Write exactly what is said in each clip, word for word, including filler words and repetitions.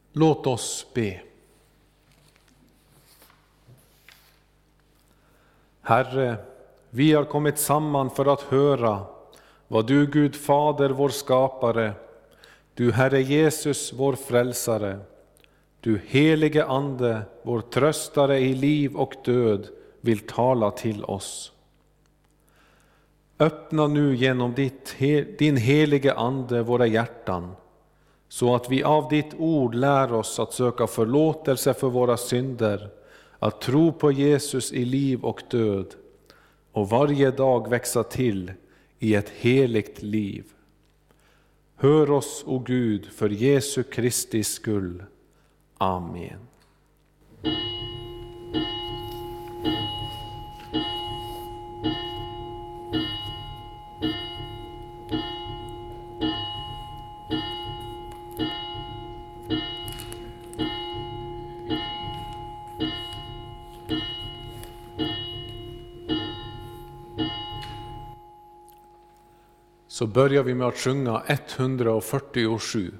Låt oss be. Herre, vi har kommit samman för att höra vad du, Gud Fader, vår skapare, du Herre Jesus, vår frälsare, du helige Ande, vår tröstare i liv och död, vill tala till oss. Öppna nu genom ditt, din helige Ande våra hjärtan, så att vi av ditt ord lär oss att söka förlåtelse för våra synder, att tro på Jesus i liv och död och varje dag växa till i ett heligt liv. Hör oss, o Gud, för Jesu Kristi skull. Amen. Så börjar vi med att sjunga etthundrafyrtiosju.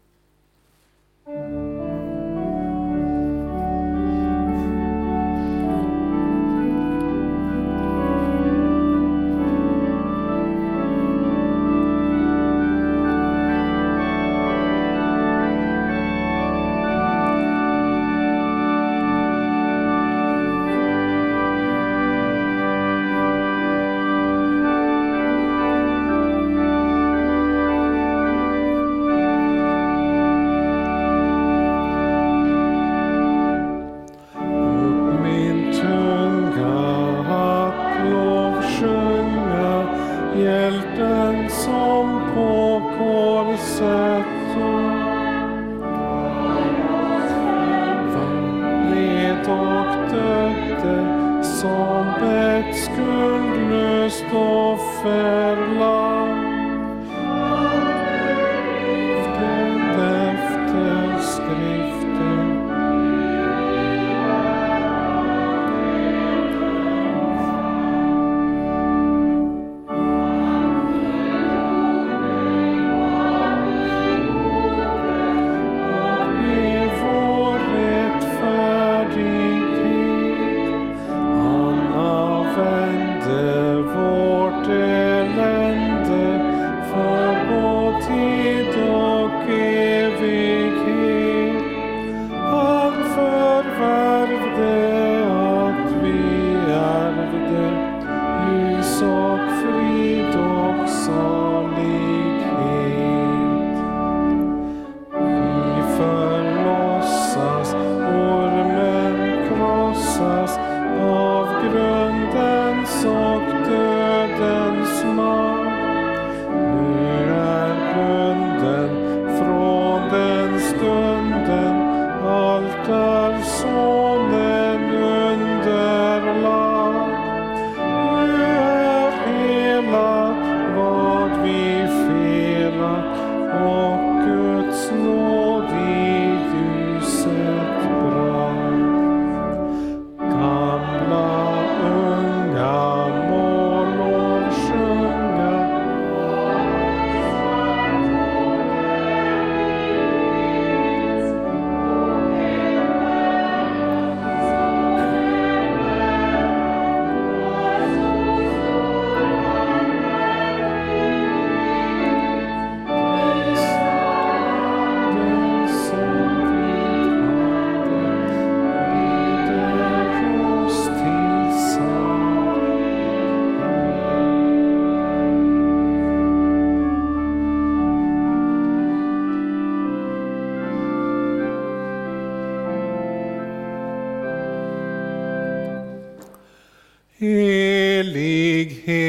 Helig,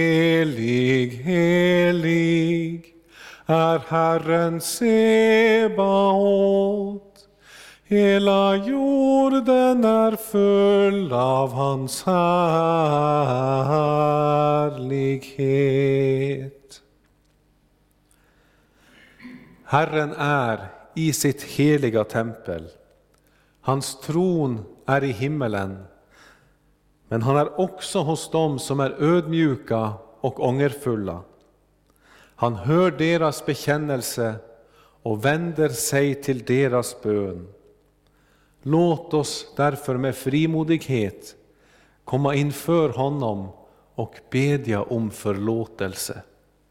helig, helig är Herren Sebaot. Hela jorden är full av hans härlighet. Herren är i sitt heliga tempel. Hans tron är i himmelen. Men han är också hos dem som är ödmjuka och ångerfulla. Han hör deras bekännelse och vänder sig till deras bön. Låt oss därför med frimodighet komma inför honom och bedja om förlåtelse.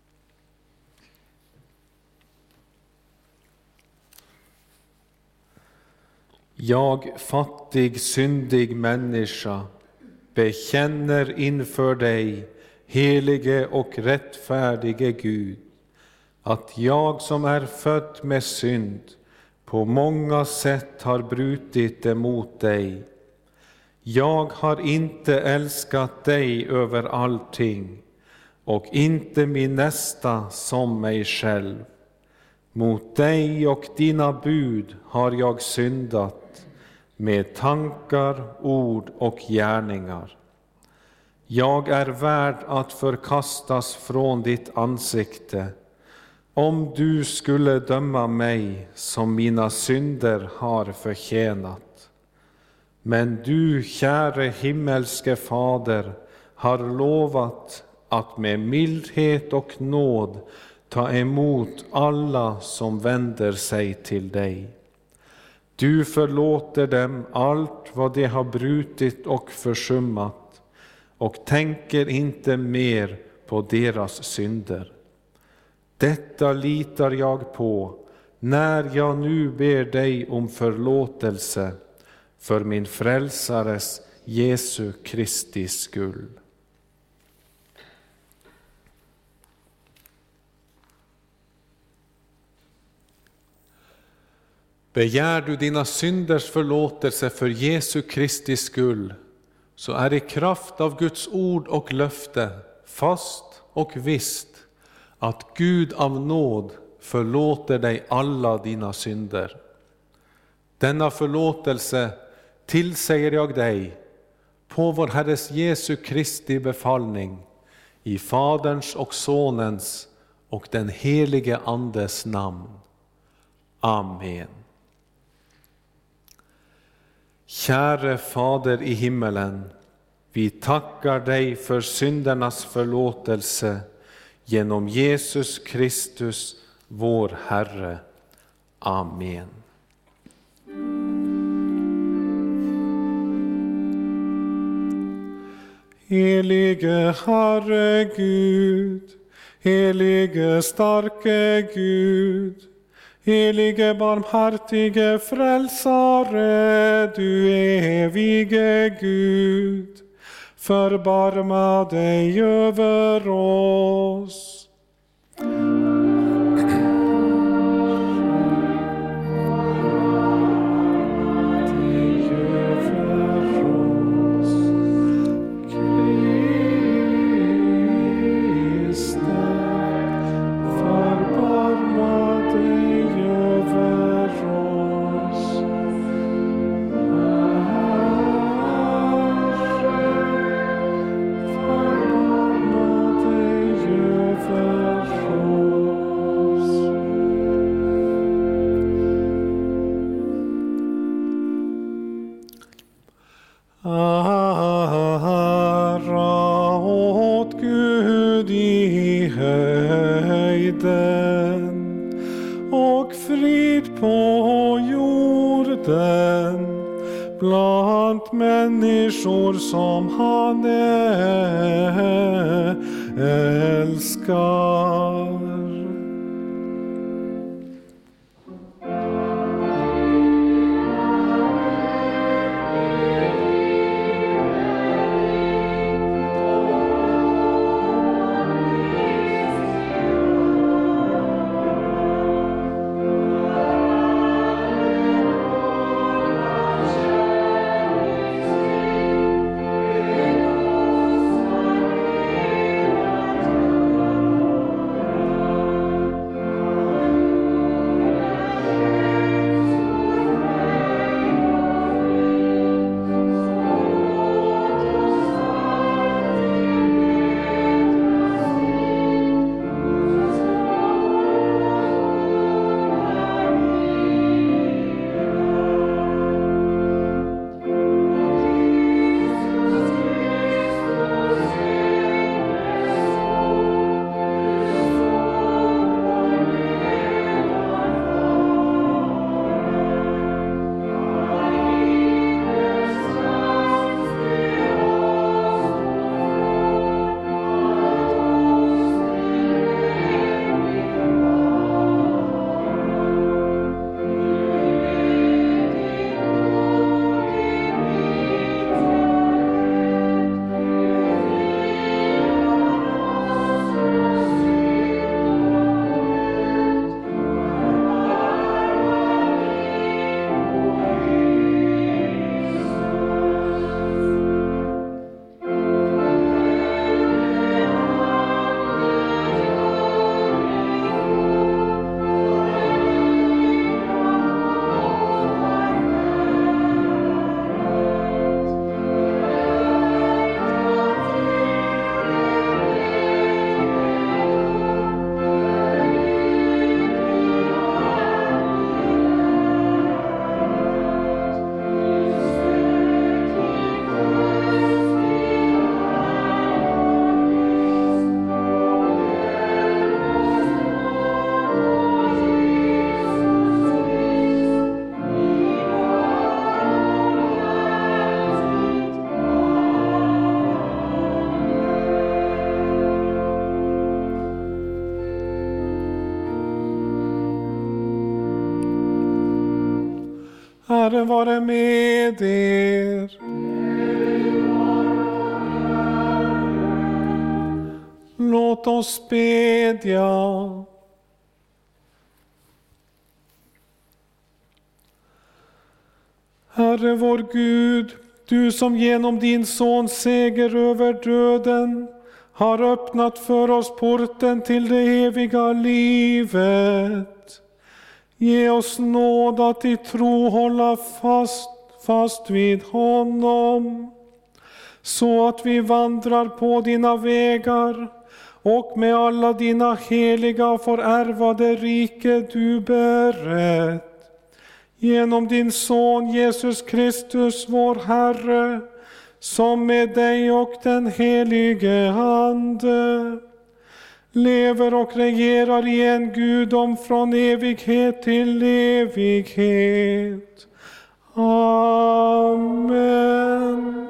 Jag, fattig, syndig människa, bekänner inför dig, helige och rättfärdige Gud, att jag som är född med synd på många sätt har brutit emot dig. Jag har inte älskat dig över allting och inte min nästa som mig själv. Mot dig och dina bud har jag syndat med tankar, ord och gärningar. Jag är värd att förkastas från ditt ansikte, om du skulle döma mig som mina synder har förtjänat. Men du, käre himmelske Fader, har lovat att med mildhet och nåd ta emot alla som vänder sig till dig. Du förlåter dem allt vad de har brutit och försummat och tänker inte mer på deras synder. Detta litar jag på när jag nu ber dig om förlåtelse för min frälsares Jesu Kristi skull. Begär du dina synders förlåtelse för Jesu Kristi skull, så är i kraft av Guds ord och löfte fast och visst att Gud av nåd förlåter dig alla dina synder. Denna förlåtelse tillsäger jag dig på vår Herres Jesu Kristi befallning, i Faderns och Sonens och den helige Andes namn. Amen. Käre Fader i himmelen, vi tackar dig för syndernas förlåtelse genom Jesus Kristus, vår Herre. Amen. Helige Herre Gud, helige starke Gud, helige barmhärtige frälsare, du evige Gud, förbarma dig över oss. Ära åt Gud i höjden och frid på jorden bland människor som han älskar. Herren vare med er. Låt oss bedja. Herre vår Gud, du som genom din sons seger över döden har öppnat för oss porten till det eviga livet. Ge oss nåd att i tro hålla fast, fast vid honom, så att vi vandrar på dina vägar och med alla dina heliga får ärva det rike du berett. Genom din son Jesus Kristus, vår Herre, som med dig och den helige Ande lever och regerar i en gudom från evighet till evighet. Amen.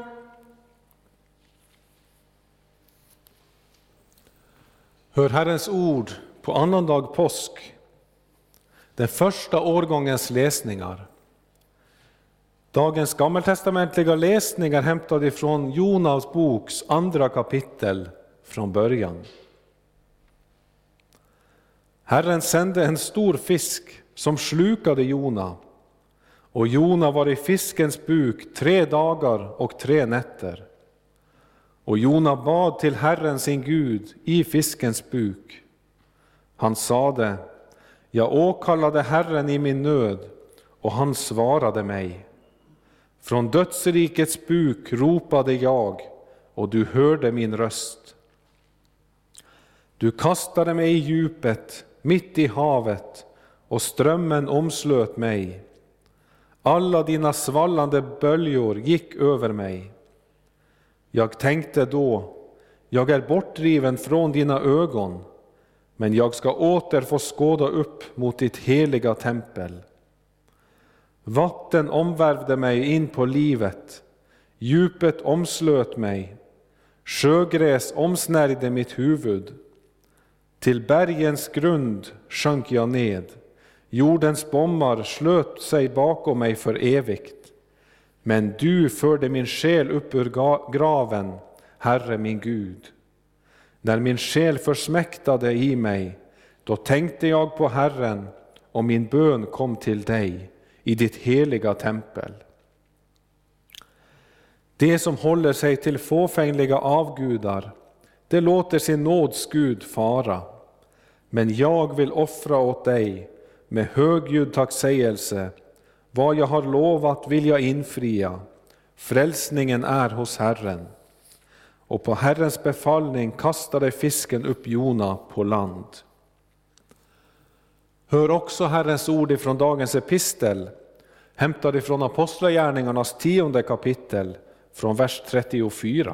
Hör Herrens ord på annandag påsk, den första årgångens läsningar. Dagens gammaltestamentliga läsningar hämtade ifrån Jonas boks andra kapitel från början. Herren sände en stor fisk som slukade Jona, och Jona var i fiskens buk tre dagar och tre nätter. Och Jona bad till Herren sin Gud i fiskens buk. Han sade: jag åkallade Herren i min nöd, och han svarade mig. Från dödsrikets buk ropade jag, och du hörde min röst. Du kastade mig i djupet, mitt i havet, och strömmen omslöt mig. Alla dina svallande böljor gick över mig. Jag tänkte då: jag är bortdriven från dina ögon, men jag ska åter få skåda upp mot ditt heliga tempel. Vatten omvärvde mig in på livet, djupet omslöt mig, sjögräs omsnärjde mitt huvud. Till bergens grund sjönk jag ned, jordens bommar slöt sig bakom mig för evigt. Men du förde min själ upp ur graven, Herre min Gud. När min själ försmäktade i mig, då tänkte jag på Herren, och min bön kom till dig i ditt heliga tempel. Det som håller sig till fåfängliga avgudar, det låter sin nåds Gud fara. Men jag vill offra åt dig med högljudd tacksägelse. Vad jag har lovat vill jag infria. Frälsningen är hos Herren. Och på Herrens befallning kastade fisken upp Jona på land. Hör också Herrens ord ifrån dagens epistel, hämtad ifrån Apostlagärningarnas tionde kapitel, från vers trettiofyra.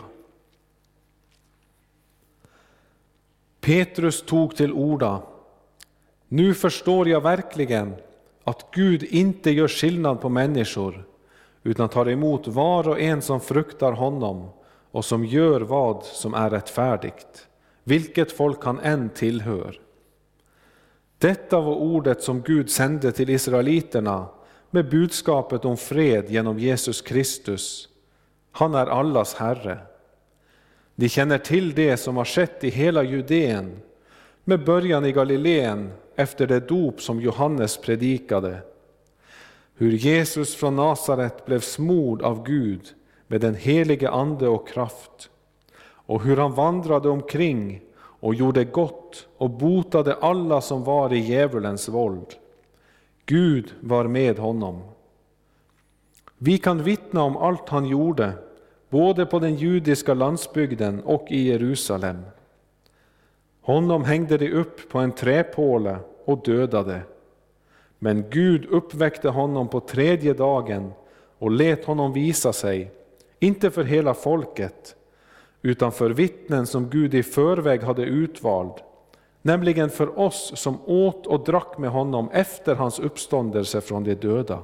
Petrus tog till orda: nu förstår jag verkligen att Gud inte gör skillnad på människor, utan tar emot var och en som fruktar honom och som gör vad som är rättfärdigt, vilket folk han än tillhör. Detta var ordet som Gud sände till israeliterna med budskapet om fred genom Jesus Kristus. Han är allas Herre. De känner till det som har skett i hela Judeen, med början i Galileen efter det dop som Johannes predikade. Hur Jesus från Nasaret blev smord av Gud med den helige ande och kraft, och hur han vandrade omkring och gjorde gott och botade alla som var i djävulens våld. Gud var med honom. Vi kan vittna om allt han gjorde, både på den judiska landsbygden och i Jerusalem. Honom hängde de upp på en träpåle och dödade. Men Gud uppväckte honom på tredje dagen och lät honom visa sig, inte för hela folket, utan för vittnen som Gud i förväg hade utvald, nämligen för oss som åt och drack med honom efter hans uppståndelse från de döda.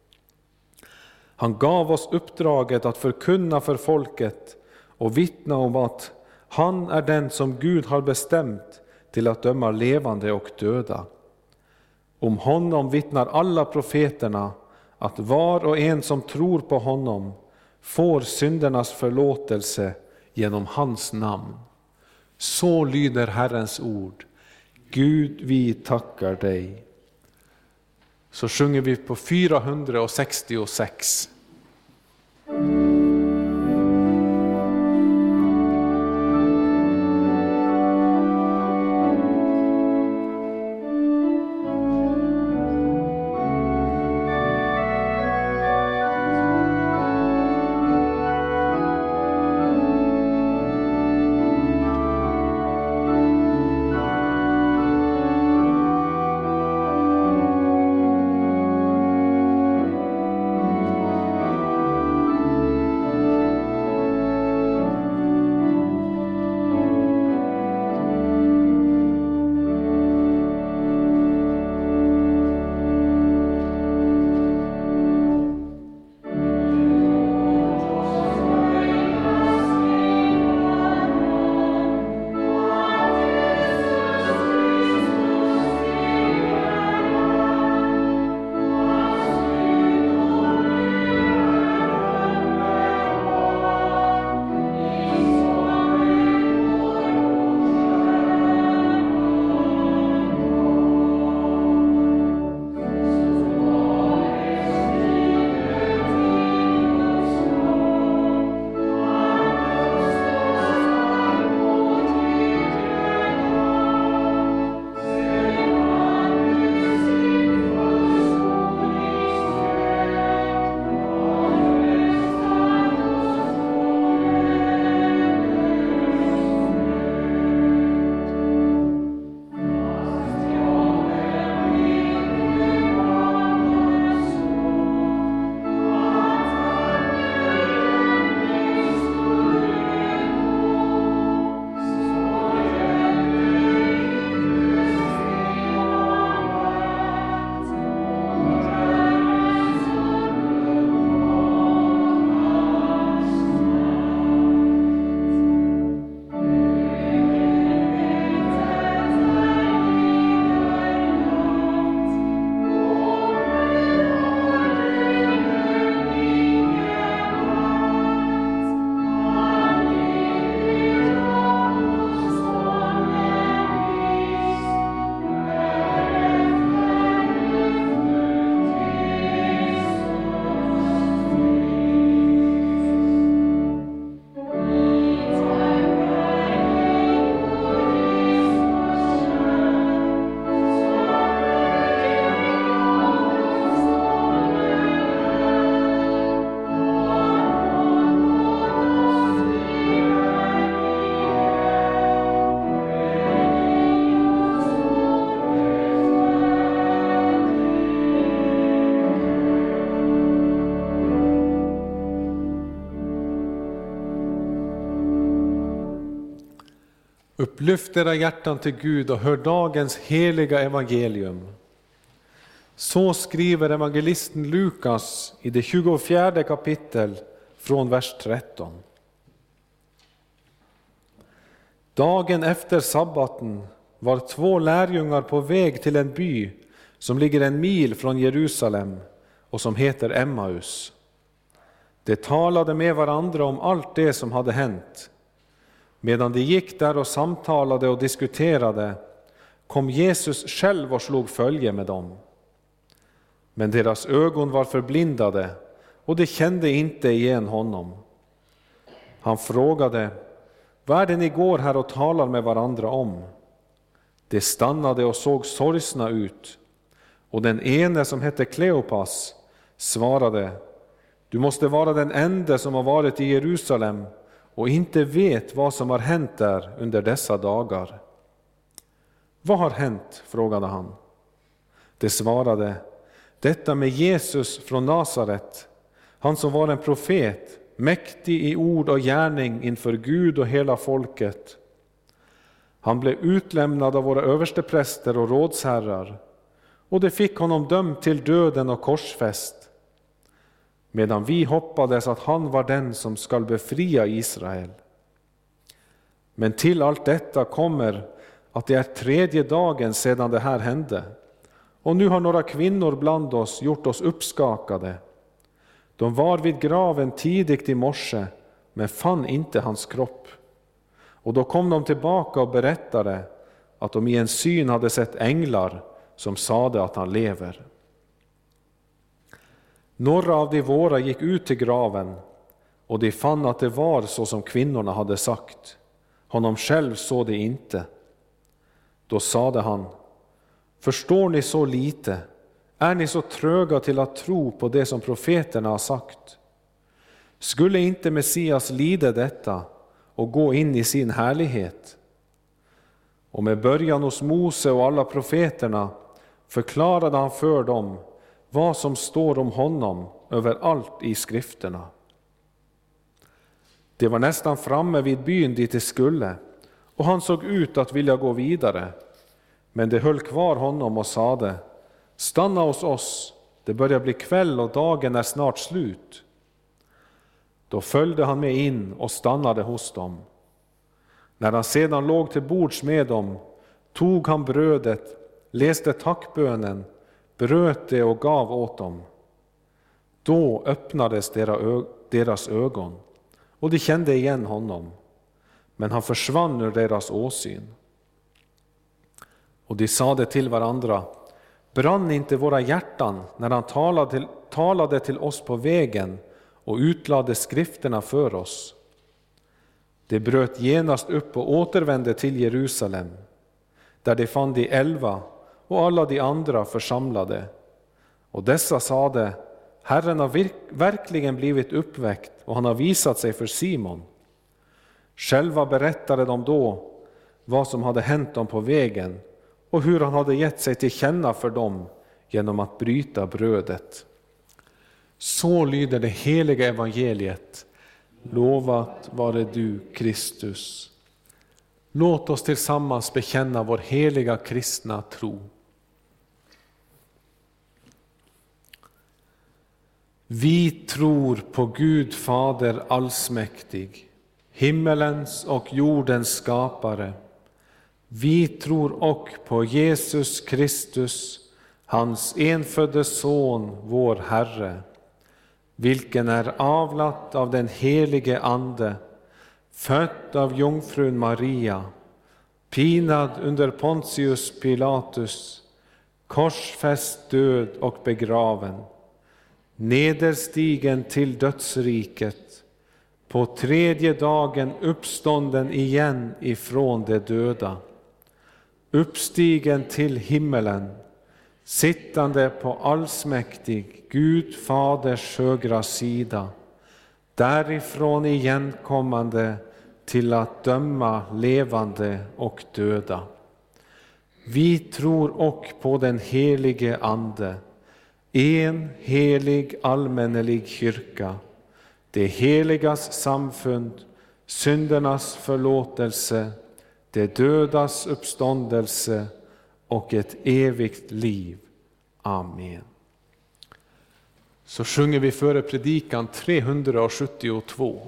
Han gav oss uppdraget att förkunna för folket och vittna om att han är den som Gud har bestämt till att döma levande och döda. Om honom vittnar alla profeterna att var och en som tror på honom får syndernas förlåtelse genom hans namn. Så lyder Herrens ord. Gud, vi tackar dig. Så sjunger vi på fyrahundrasextiosex. Upplyft era hjärtan till Gud och hör dagens heliga evangelium. Så skriver evangelisten Lukas i det tjugofjärde kapitel från vers tretton. Dagen efter sabbaten var två lärjungar på väg till en by som ligger en mil från Jerusalem och som heter Emmaus. De talade med varandra om allt det som hade hänt. Medan de gick där och samtalade och diskuterade kom Jesus själv och slog följe med dem. Men deras ögon var förblindade och de kände inte igen honom. Han frågade: vad är det ni går här och talar med varandra om? De stannade och såg sorgsna ut. Och den ene, som hette Kleopas, svarade: du måste vara den enda som har varit i Jerusalem och inte vet vad som har hänt där under dessa dagar. Vad har hänt? Frågade han. De svarade: detta med Jesus från Nasaret, han som var en profet, mäktig i ord och gärning inför Gud och hela folket. Han blev utlämnad av våra överstepräster och rådsherrar, och de fick honom dömd till döden och korsfäst, medan vi hoppades att han var den som skall befria Israel. Men till allt detta kommer att det är tredje dagen sedan det här hände, och nu har några kvinnor bland oss gjort oss uppskakade. De var vid graven tidigt i morse, men fann inte hans kropp. Och då kom de tillbaka och berättade att de i en syn hade sett änglar som sade att han lever. Några av de våra gick ut till graven, och de fann att det var så som kvinnorna hade sagt. Honom själv såg de inte. Då sade han: förstår ni så lite? Är ni så tröga till att tro på det som profeterna har sagt? Skulle inte Messias lida detta och gå in i sin härlighet? Och med början hos Mose och alla profeterna förklarade han för dem vad som står om honom överallt i skrifterna. Det var nästan framme vid byn dit de skulle, och han såg ut att vilja gå vidare. Men det höll kvar honom och sade: stanna hos oss, det börjar bli kväll och dagen är snart slut. Då följde han med in och stannade hos dem. När han sedan låg till bords med dem, tog han brödet, läste tackbönen, bröt det och gav åt dem. Då öppnades deras ögon, och de kände igen honom, men han försvann ur deras åsyn. Och de sade till varandra: brann inte våra hjärtan när han talade till, talade till oss på vägen och utlade skrifterna för oss? De bröt genast upp och återvände till Jerusalem, där de fann de elva och alla de andra församlade. Och dessa sade: Herren har virk- verkligen blivit uppväckt, och han har visat sig för Simon. Själva berättade de då vad som hade hänt dem på vägen och hur han hade gett sig till känna för dem genom att bryta brödet. Så lyder det heliga evangeliet. Lovat vare du, Kristus. Låt oss tillsammans bekänna vår heliga kristna tro. Vi tror på Gud Fader allsmäktig, himmelens och jordens skapare. Vi tror och på Jesus Kristus, hans enfödde son, vår Herre, vilken är avlat av den helige Ande, född av jungfrun Maria, pinad under Pontius Pilatus, korsfäst, död och begraven, nederstigen till dödsriket, på tredje dagen uppstånden igen ifrån de döda, uppstigen till himmelen, sittande på allsmäktig Gud Faders högra sida, därifrån igenkommande till att döma levande och döda. Vi tror och på den helige Ande, en helig allmännelig kyrka, det heligas samfund, syndernas förlåtelse, det dödas uppståndelse och ett evigt liv. Amen. Så sjunger vi före predikan trehundrasjuttiotvå.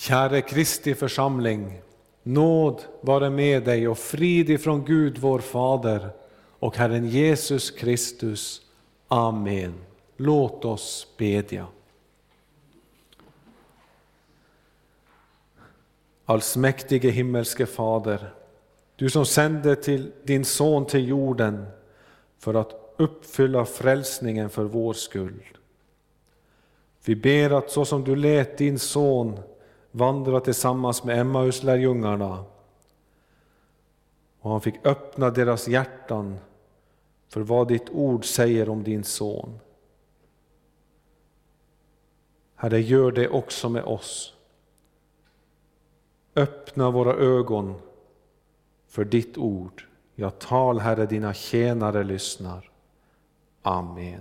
Käre Kristi församling, nåd vare med dig och frid ifrån Gud vår Fader och Herren Jesus Kristus. Amen. Låt oss bedja. Allsmäktige himmelske Fader, du som sände till din son till jorden för att uppfylla frälsningen för vår skull. Vi ber att så som du lät din son vandra tillsammans med Emmauslärjungarna och han fick öppna deras hjärtan för vad ditt ord säger om din son. Herre, gör det också med oss. Öppna våra ögon för ditt ord. Jag tal, Herre, dina tjänare lyssnar. Amen.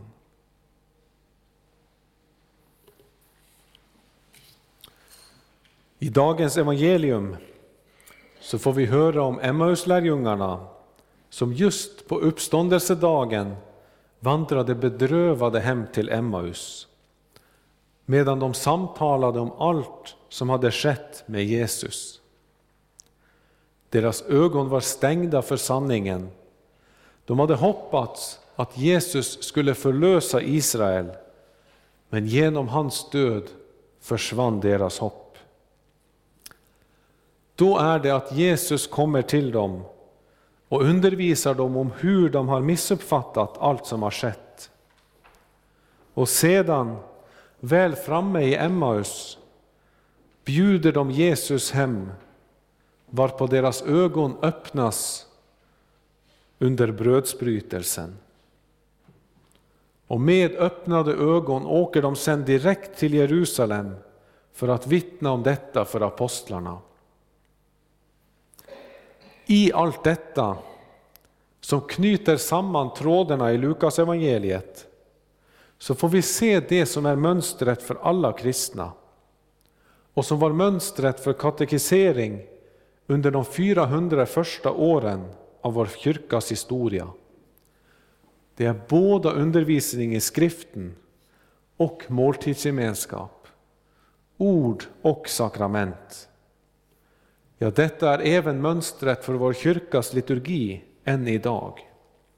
I dagens evangelium så får vi höra om Emmauslärjungarna som just på uppståndelsedagen vandrade bedrövade hem till Emmaus, medan de samtalade om allt som hade skett med Jesus. Deras ögon var stängda för sanningen. De hade hoppats att Jesus skulle förlösa Israel, men genom hans död försvann deras hopp. Då är det att Jesus kommer till dem och undervisar dem om hur de har missuppfattat allt som har skett. Och sedan, väl framme i Emmaus, bjuder de Jesus hem, varpå deras ögon öppnas under brödsbrytelsen. Och med öppnade ögon åker de sedan direkt till Jerusalem för att vittna om detta för apostlarna. I allt detta som knyter samman trådarna i Lukas evangeliet så får vi se det som är mönstret för alla kristna och som var mönstret för katekisering under de fyrahundra första åren av vår kyrkas historia. Det är både undervisning i skriften och måltidsgemenskap, ord och sakrament. Ja, detta är även mönstret för vår kyrkas liturgi än idag.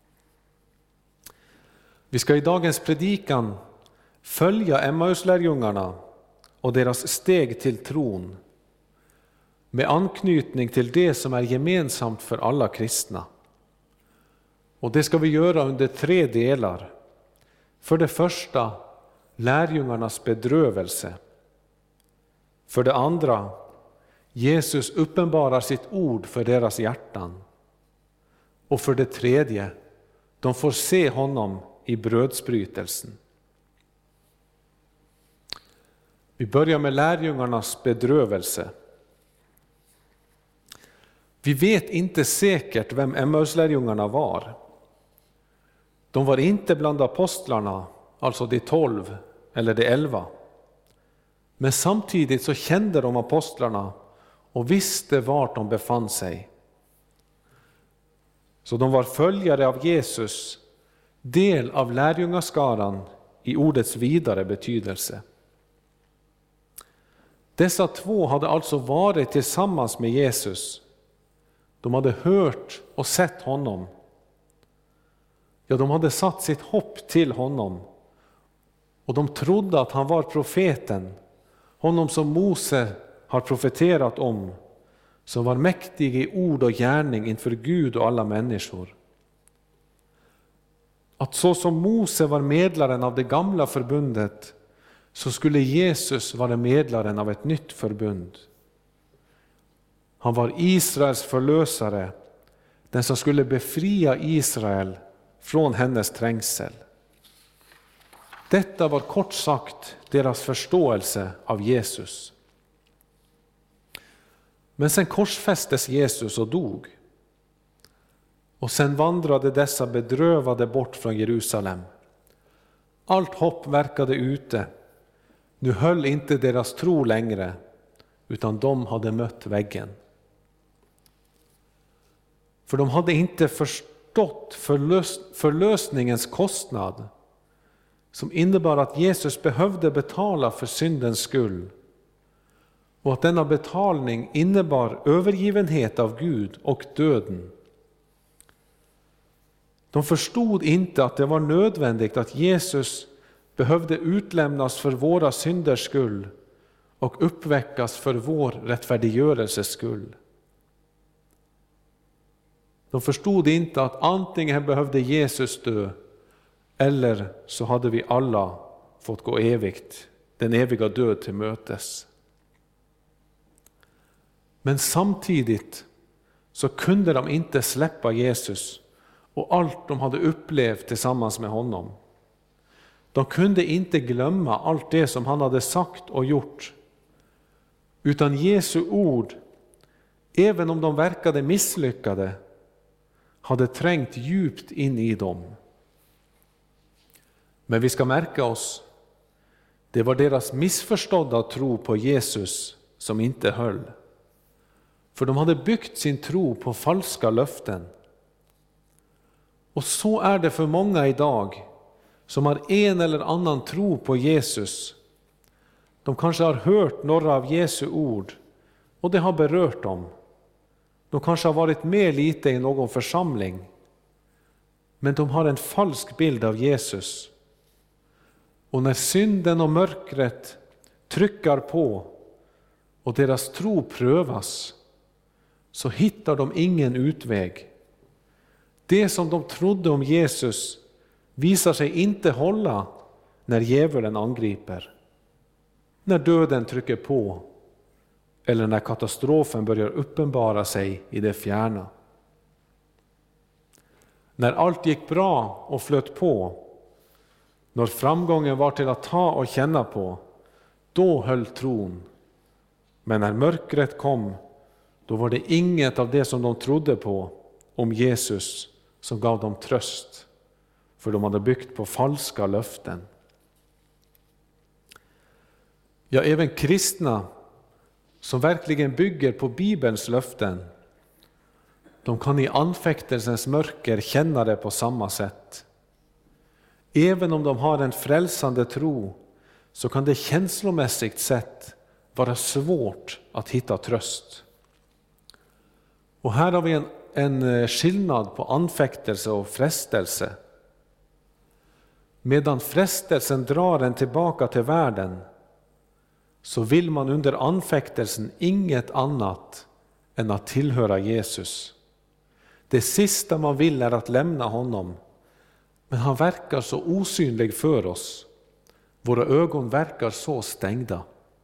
Vi ska i dagens predikan följa Emmauslärjungarna och deras steg till tron med anknytning till det som är gemensamt för alla kristna. Och det ska vi göra under tre delar. För det första, lärjungarnas bedrövelse. För det andra, Jesus uppenbarar sitt ord för deras hjärtan. Och för det tredje, de får se honom i brödsbrytelsen. Vi börjar med lärjungarnas bedrövelse. Vi vet inte säkert vem Emmauslärjungarna var. De var inte bland apostlarna, alltså de tolv eller de elva. Men samtidigt så kände de apostlarna och visste vart de befann sig. Så de var följare av Jesus, del av lärjungaskaran i ordets vidare betydelse. Dessa två hade alltså varit tillsammans med Jesus. De hade hört och sett honom. Ja, de hade satt sitt hopp till honom. Och de trodde att han var profeten, honom som Mose har profeterat om, som var mäktig i ord och gärning inför Gud och alla människor. Att så som Mose var medlaren av det gamla förbundet, så skulle Jesus vara medlaren av ett nytt förbund. Han var Israels förlösare, den som skulle befria Israel från hennes trängsel. Detta var kort sagt deras förståelse av Jesus. Men sen korsfästes Jesus och dog. Och sen vandrade dessa bedrövade bort från Jerusalem. Allt hopp verkade ute. Nu höll inte deras tro längre, utan de hade mött väggen. För de hade inte förstått förlös- förlösningens kostnad, som innebar att Jesus behövde betala för syndens skull, och att denna betalning innebar övergivenhet av Gud och döden. De förstod inte att det var nödvändigt att Jesus behövde utlämnas för våra synders skull och uppväckas för vår rättfärdiggörelses skull. De förstod inte att antingen behövde Jesus dö eller så hade vi alla fått gå evigt, den eviga död till mötes. Men samtidigt så kunde de inte släppa Jesus och allt de hade upplevt tillsammans med honom. De kunde inte glömma allt det som han hade sagt och gjort. Utan Jesu ord, även om de verkade misslyckade, hade trängt djupt in i dem. Men vi ska märka oss, det var deras missförstådda tro på Jesus som inte höll. För de hade byggt sin tro på falska löften. Och så är det för många idag som har en eller annan tro på Jesus. De kanske har hört några av Jesu ord och det har berört dem. De kanske har varit med lite i någon församling, men de har en falsk bild av Jesus. Och när synden och mörkret trycker på och deras tro prövas, så hittar de ingen utväg. Det som de trodde om Jesus visar sig inte hålla när djävulen angriper, när döden trycker på eller när katastrofen börjar uppenbara sig i det fjärna. När allt gick bra och flöt på, när framgången var till att ta och känna på, då höll tron. Men när mörkret kom, då var det inget av det som de trodde på om Jesus som gav dem tröst, för de hade byggt på falska löften. Ja, även kristna som verkligen bygger på Bibelns löften, de kan i anfäktelsens mörker känna det på samma sätt. Även om de har en frälsande tro, så kan det känslomässigt sett vara svårt att hitta tröst. Och här har vi en, en skillnad på anfäktelse och frestelse. Medan frestelsen drar en tillbaka till världen, så vill man under anfäktelsen inget annat än att tillhöra Jesus. Det sista man vill är att lämna honom, men han verkar så osynlig för oss. Våra ögon verkar så stängda.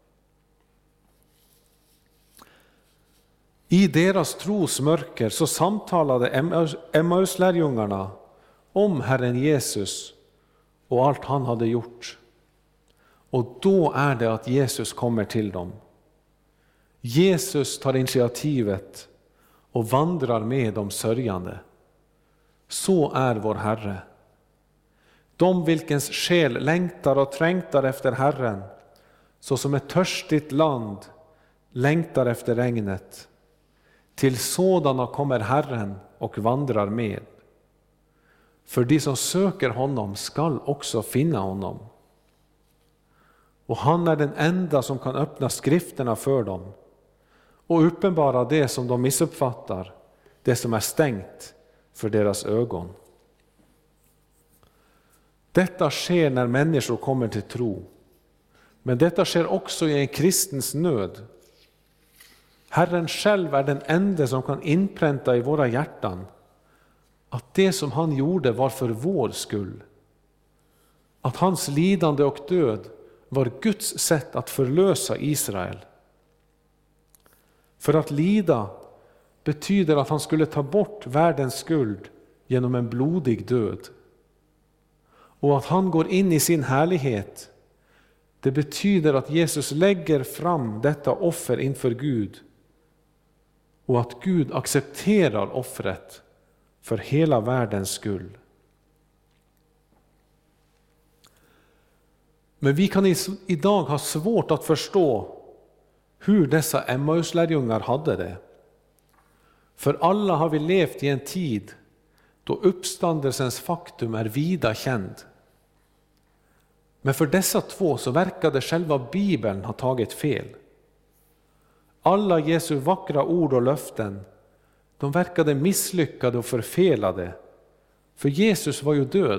I deras tros mörker så samtalade Emmauslärjungarna om Herren Jesus och allt han hade gjort. Och då är det att Jesus kommer till dem. Jesus tar initiativet och vandrar med de sörjande. Så är vår Herre. De vilkens själ längtar och trängtar efter Herren, så som ett törstigt land längtar efter regnet. Till sådana kommer Herren och vandrar med. För de som söker honom skall också finna honom. Och han är den enda som kan öppna skrifterna för dem och uppenbara det som de missuppfattar, det som är stängt för deras ögon. Detta sker när människor kommer till tro, men detta sker också i en kristens nöd. Herren själv är den enda som kan inpränta i våra hjärtan att det som han gjorde var för vår skull. Att hans lidande och död var Guds sätt att förlösa Israel. För att lida betyder att han skulle ta bort världens skuld genom en blodig död. Och att han går in i sin härlighet, det betyder att Jesus lägger fram detta offer inför Gud. Och att Gud accepterar offret för hela världens skull. Men vi kan idag ha svårt att förstå hur dessa Emmauslärjungar hade det. För alla har vi levt i en tid då uppståndelsens faktum är vida känd. Men för dessa två så verkade själva Bibeln ha tagit fel. alla Jesu vackra ord och löften, de verkade misslyckade och förfelade. För Jesus var ju död.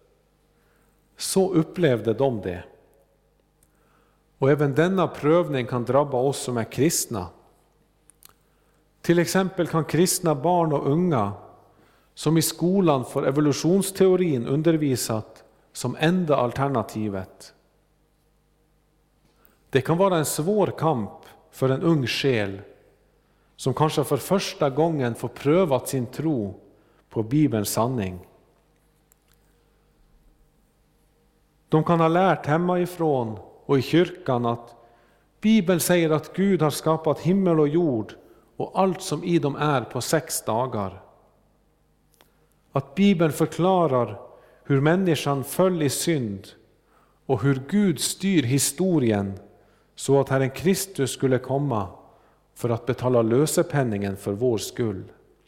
Så upplevde de det. Och även denna prövning kan drabba oss som är kristna. Till exempel kan kristna barn och unga som i skolan får evolutionsteorin undervisat som enda alternativet. Det kan vara en svår kamp för en ung själ som kanske för första gången får prövat sin tro på Bibelns sanning. De kan ha lärt hemifrån och i kyrkan att Bibeln säger att Gud har skapat himmel och jord och allt som i dem är på sex dagar. Att Bibeln förklarar hur människan föll i synd och hur Gud styr historien så att Herren Kristus skulle komma för att betala lösepenningen för vår skull.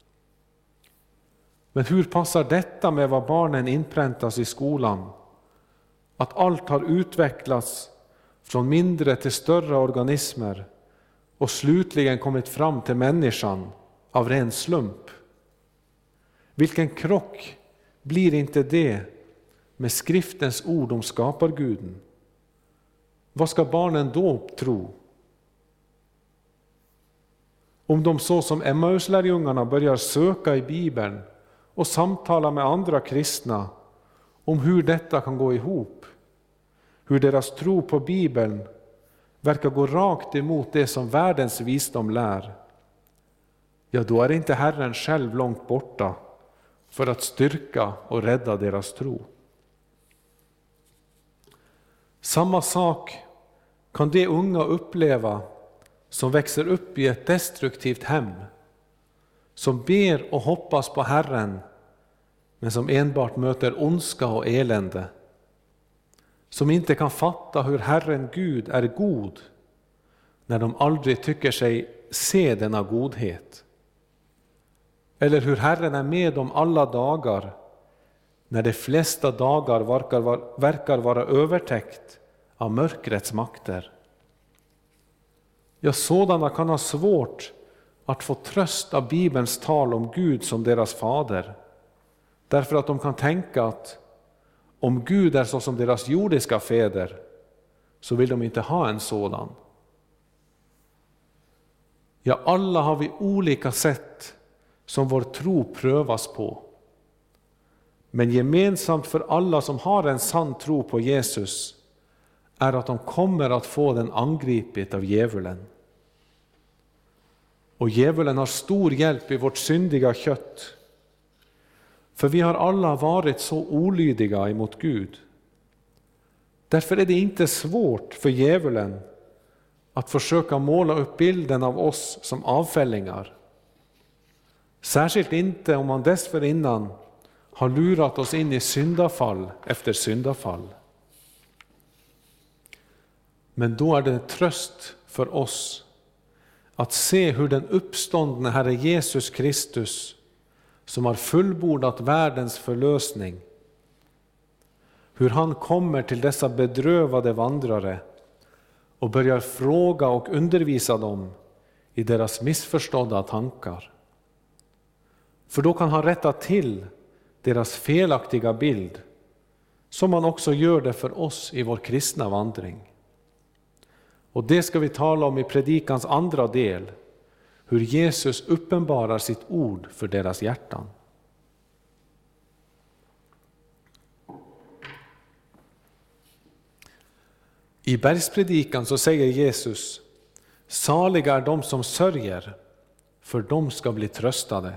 Men hur passar detta med vad barnen inpräntas i skolan? Att allt har utvecklats från mindre till större organismer och slutligen kommit fram till människan av ren slump. Vilken krock blir inte det med skriftens ord om skaparguden? Vad ska barnen då tro? Om de så som Emmauslärjungarna börjar söka i Bibeln och samtala med andra kristna om hur detta kan gå ihop, hur deras tro på Bibeln verkar gå rakt emot det som världens visdom lär, ja, då är inte Herren själv långt borta för att styrka och rädda deras tro. Samma sak kan de unga uppleva som växer upp i ett destruktivt hem, som ber och hoppas på Herren, men som enbart möter ondska och elände, som inte kan fatta hur Herren Gud är god, när de aldrig tycker sig se denna godhet, eller hur Herren är med dem alla dagar, när de flesta dagar verkar vara, verkar vara övertäckt av mörkrets makter. Ja, sådana kan ha svårt att få tröst av Bibelns tal om Gud som deras fader, därför att de kan tänka att om Gud är så som deras jordiska fäder, så vill de inte ha en sådan. Ja, alla har vi olika sätt som vår tro prövas på. Men gemensamt för alla som har en sann tro på Jesus är att de kommer att få den angripet av djävulen. Och djävulen har stor hjälp i vårt syndiga kött. För vi har alla varit så olydiga emot Gud. Därför är det inte svårt för djävulen att försöka måla upp bilden av oss som avfällingar. Särskilt inte om man dessförinnan har lurat oss in i syndafall efter syndafall. Men då är det tröst för oss att se hur den uppståndne Herre Jesus Kristus, som har fullbordat världens förlösning, hur han kommer till dessa bedrövade vandrare och börjar fråga och undervisa dem i deras missförstådda tankar. För då kan han rätta till deras felaktiga bild, som han också gör det för oss i vår kristna vandring. Och det ska vi tala om i predikans andra del, hur Jesus uppenbarar sitt ord för deras hjärtan. I bergspredikan så säger Jesus: saliga är de som sörjer, för de ska bli tröstade.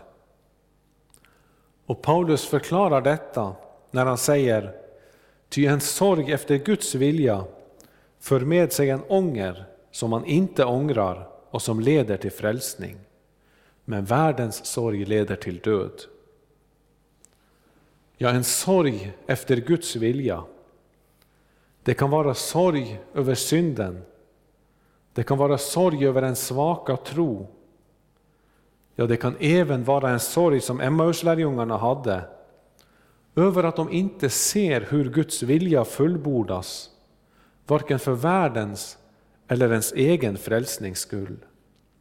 Och Paulus förklarar detta när han säger: ty en sorg efter Guds vilja för med sig en ånger som man inte ångrar och som leder till frälsning. Men världens sorg leder till död. Ja, en sorg efter Guds vilja. Det kan vara sorg över synden. Det kan vara sorg över en svaka tro. Ja, det kan även vara en sorg som Emmauslärjungarna hade, över att de inte ser hur Guds vilja fullbordas, varken för världens eller ens egen frälsnings skull.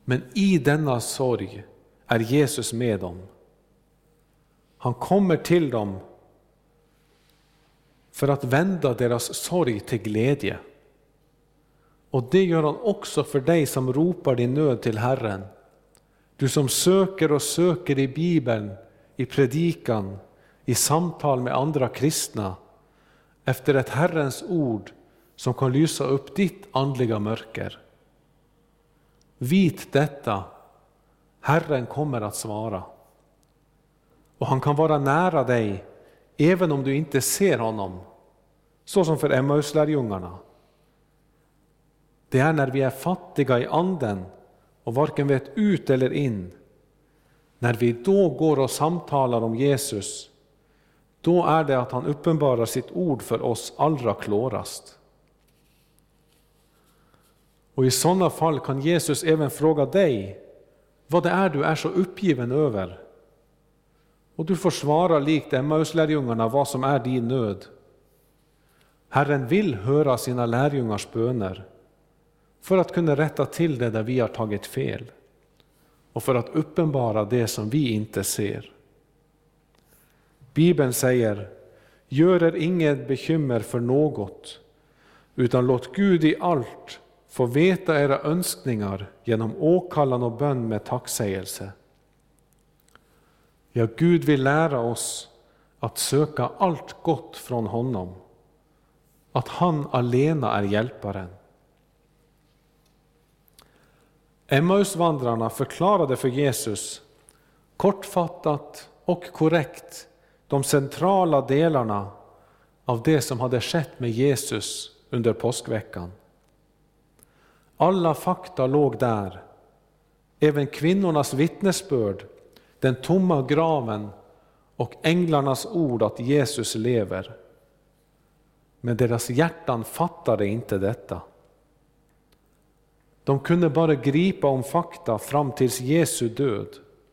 Men i denna sorg är Jesus med dem. Han kommer till dem för att vända deras sorg till glädje. Och det gör han också för dig som ropar din nöd till Herren. Du som söker och söker i Bibeln, i predikan, i samtal med andra kristna, efter ett Herrens ord som kan lysa upp ditt andliga mörker. Vit detta, Herren kommer att svara. Och han kan vara nära dig även om du inte ser honom, så som för Emmauslärjungarna. Det är när vi är fattiga i anden och varken vet ut eller in, när vi då går och samtalar om Jesus, då är det att han uppenbarar sitt ord för oss allra klarast. Och i sådana fall kan Jesus även fråga dig vad det är du är så uppgiven över. Och du får svara likt Emmauslärjungarna vad som är din nöd. Herren vill höra sina lärjungars böner för att kunna rätta till det där vi har tagit fel och för att uppenbara det som vi inte ser. Bibeln säger: gör er inget bekymmer för något, utan låt Gud i allt få veta era önskningar genom åkallan och bön med tacksägelse. Ja, Gud vill lära oss att söka allt gott från honom, att han alena är hjälparen. Emmausvandrarna förklarade för Jesus kortfattat och korrekt de centrala delarna av det som hade skett med Jesus under påskveckan. Alla fakta låg där, även kvinnornas vittnesbörd, den tomma graven och änglarnas ord att Jesus lever. Men deras hjärtan fattade inte detta. De kunde bara gripa om fakta fram tills Jesu död.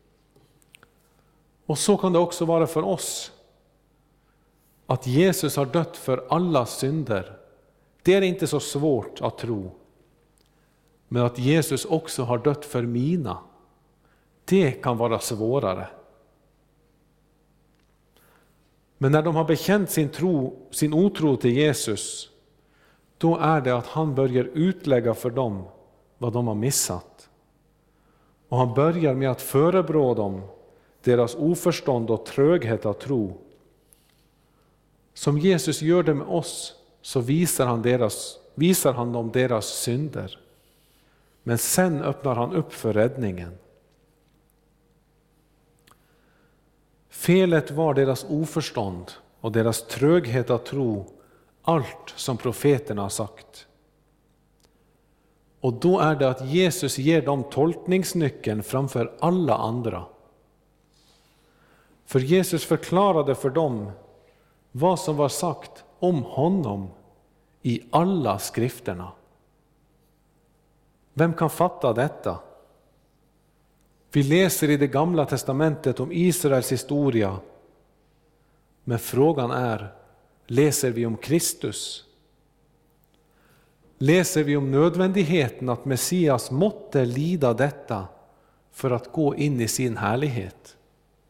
Och så kan det också vara för oss. Att Jesus har dött för alla synder, det är inte så svårt att tro. Men att Jesus också har dött för mina, det kan vara svårare. Men när de har bekänt sin tro, sin otro till Jesus, då är det att han börjar utlägga för dem vad de har missat. Och han börjar med att förebrå dem deras oförstånd och tröghet att tro. Som Jesus gör det med oss, så visar han, deras, visar han dem deras synder. Men sen öppnar han upp för räddningen. Felet var deras oförstånd och deras tröghet att tro allt som profeterna har sagt. Och då är det att Jesus ger dem tolkningsnyckeln framför alla andra. För Jesus förklarade för dem vad som var sagt om honom i alla skrifterna. Vem kan fatta detta? Vi läser i det gamla testamentet om Israels historia. Men frågan är, läser vi om Kristus? Läser vi om nödvändigheten att Messias måtte lida detta för att gå in i sin härlighet?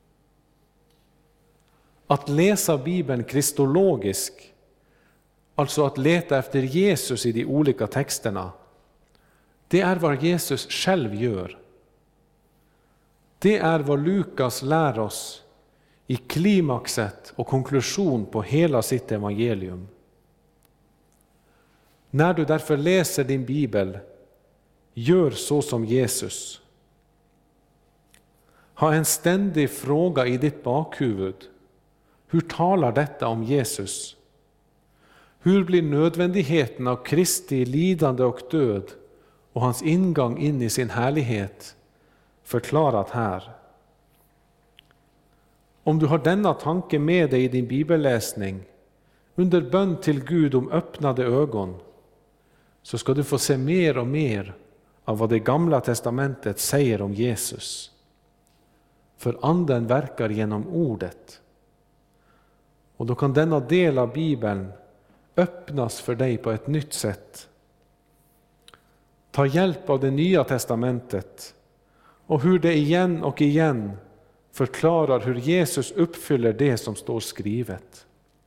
Att läsa Bibeln kristologisk, alltså att leta efter Jesus i de olika texterna, det är vad Jesus själv gör. Det är vad Lukas lär oss i klimaxet och konklusion på hela sitt evangelium. När du därför läser din bibel, gör så som Jesus. Ha en ständig fråga i ditt bakhuvud. Hur talar detta om Jesus? Hur blir nödvändigheten av Kristi lidande och död och hans ingång in i sin härlighet förklarat här? Om du har denna tanke med dig i din bibelläsning, under bön till Gud om öppnade ögon, så ska du få se mer och mer av vad det gamla testamentet säger om Jesus. För anden verkar genom ordet. Och då kan denna del av Bibeln öppnas för dig på ett nytt sätt. Ta hjälp av det nya testamentet och hur det igen och igen förklarar hur Jesus uppfyller det som står skrivet.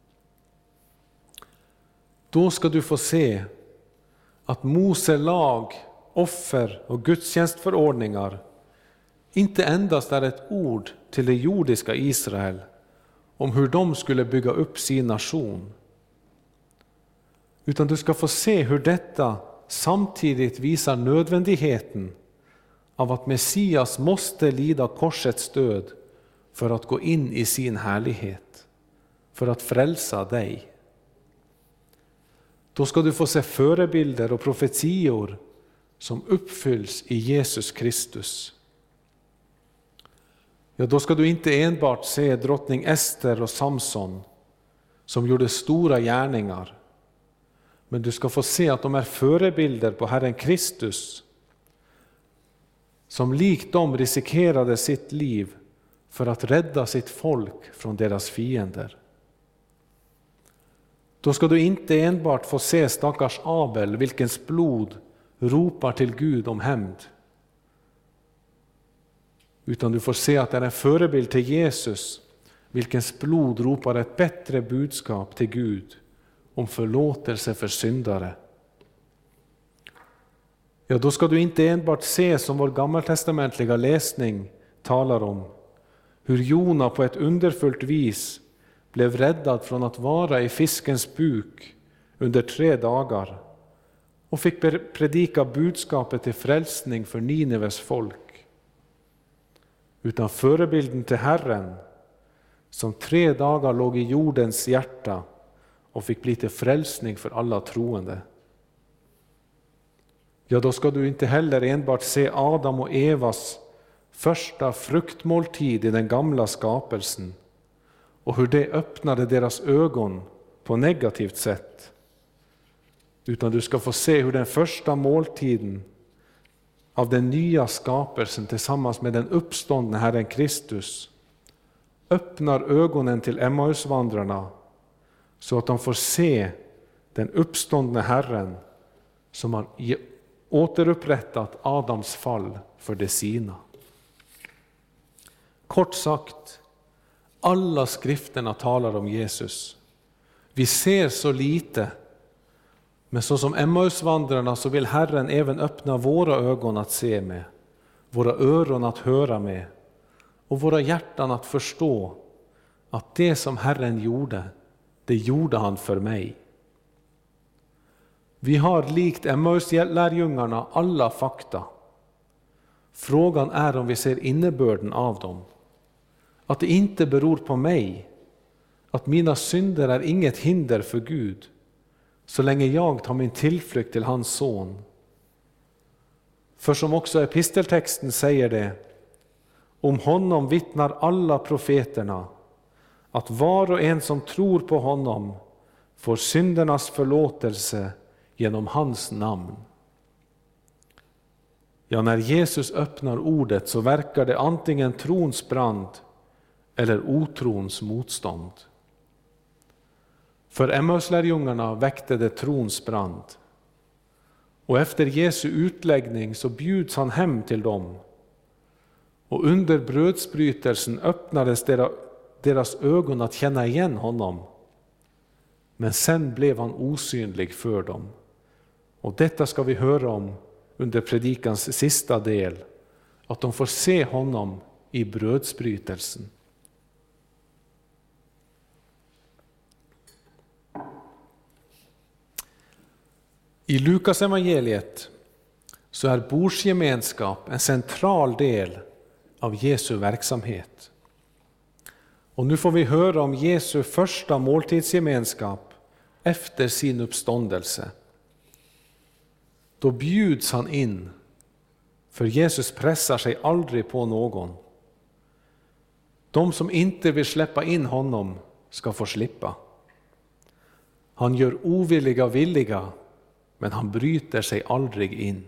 Då ska du få se att Mose lag, offer och gudstjänstförordningar inte endast är ett ord till det jordiska Israel om hur de skulle bygga upp sin nation, utan du ska få se hur detta samtidigt visar nödvändigheten av att Messias måste lida korsets död för att gå in i sin härlighet, för att frälsa dig. Då ska du få se förebilder och profetior som uppfylls i Jesus Kristus. Ja, då ska du inte enbart se drottning Ester och Samson som gjorde stora gärningar, men du ska få se att de är förebilder på Herren Kristus, som likt dem risikerade sitt liv för att rädda sitt folk från deras fiender. Då ska du inte enbart få se stackars Abel, vilkens blod ropar till Gud om hämnd, utan du får se att det är en förebild till Jesus, vilkens blod ropar ett bättre budskap till Gud om förlåtelse för syndare. Ja, då ska du inte enbart se, som vår gammaltestamentliga läsning talar om, hur Jona på ett underfullt vis blev räddad från att vara i fiskens buk under tre dagar och fick predika budskapet till frälsning för Nineves folk, utan förebilden till Herren, som tre dagar låg i jordens hjärta och fick bli till frälsning för alla troende. Ja, då ska du inte heller enbart se Adam och Evas första fruktmåltid i den gamla skapelsen och hur det öppnade deras ögon på negativt sätt, utan du ska få se hur den första måltiden av den nya skapelsen tillsammans med den uppståndne Herren Kristus öppnar ögonen till Emmausvandrarna så att de får se den uppståndne Herren som har återupprättat Adams fall för det sina. Kort sagt, alla skrifterna talar om Jesus. Vi ser så lite, men så som Emmausvandrarna så vill Herren även öppna våra ögon att se med, våra öron att höra med och våra hjärtan att förstå att det som Herren gjorde, det gjorde han för mig. Vi har likt Emmaus-lärjungarna alla fakta. Frågan är om vi ser innebörden av dem. Att det inte beror på mig, att mina synder är inget hinder för Gud, så länge jag tar min tillflykt till hans son. För som också episteltexten säger det, om honom vittnar alla profeterna, att var och en som tror på honom får syndernas förlåtelse genom hans namn. Ja, när Jesus öppnar ordet så verkar det antingen trons brand eller otrons motstånd. För Emmaus-lärjungarna väckte det trons brand. Och efter Jesu utläggning så bjuds han hem till dem. Och under brödsbrytelsen öppnades deras ögon att känna igen honom. Men sen blev han osynlig för dem. Och detta ska vi höra om under predikans sista del. Att de får se honom i brödsbrytelsen. I Lukas evangeliet så är bordsgemenskap en central del av Jesu verksamhet. Och nu får vi höra om Jesu första måltidsgemenskap efter sin uppståndelse. Då bjuds han in, för Jesus pressar sig aldrig på någon. De som inte vill släppa in honom ska få slippa. Han gör ovilliga villiga, men han bryter sig aldrig in.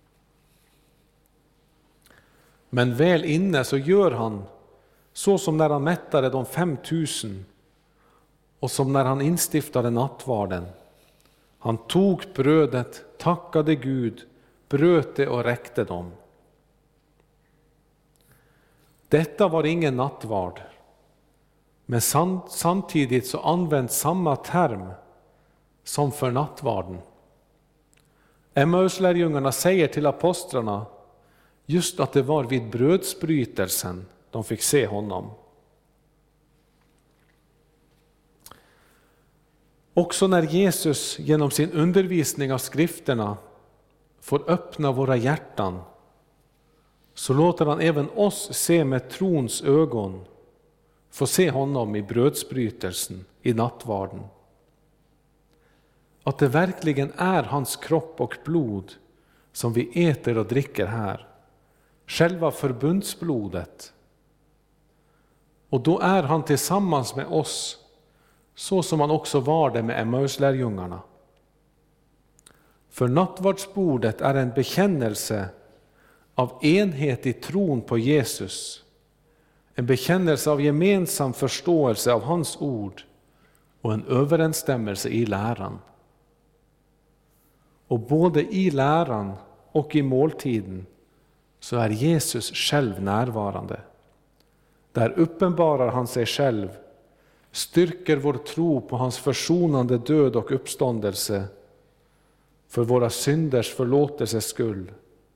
Men väl inne så gör han så som när han mättade de fem tusen och som när han instiftade nattvarden. Han tog brödet, tackade Gud, bröt det och räckte dem. Detta var ingen nattvard, men samtidigt så används samma term som för nattvarden. Emmauslärjungarna säger till apostlarna just att det var vid brödsbrytelsen de fick se honom. Också när Jesus genom sin undervisning av skrifterna får öppna våra hjärtan, så låter han även oss se med trons ögon, få se honom i brödsbrytelsen, i nattvarden. Att det verkligen är hans kropp och blod som vi äter och dricker här, själva förbundsblodet. Och då är han tillsammans med oss, så som han också var det med Emmauslärjungarna. För nattvardsbordet är en bekännelse av enhet i tron på Jesus, en bekännelse av gemensam förståelse av hans ord och en överensstämmelse i läran. Och både i läran och i måltiden så är Jesus själv närvarande. Där uppenbarar han sig själv, styrker vår tro på hans försonande död och uppståndelse för våra synders förlåtelses skull.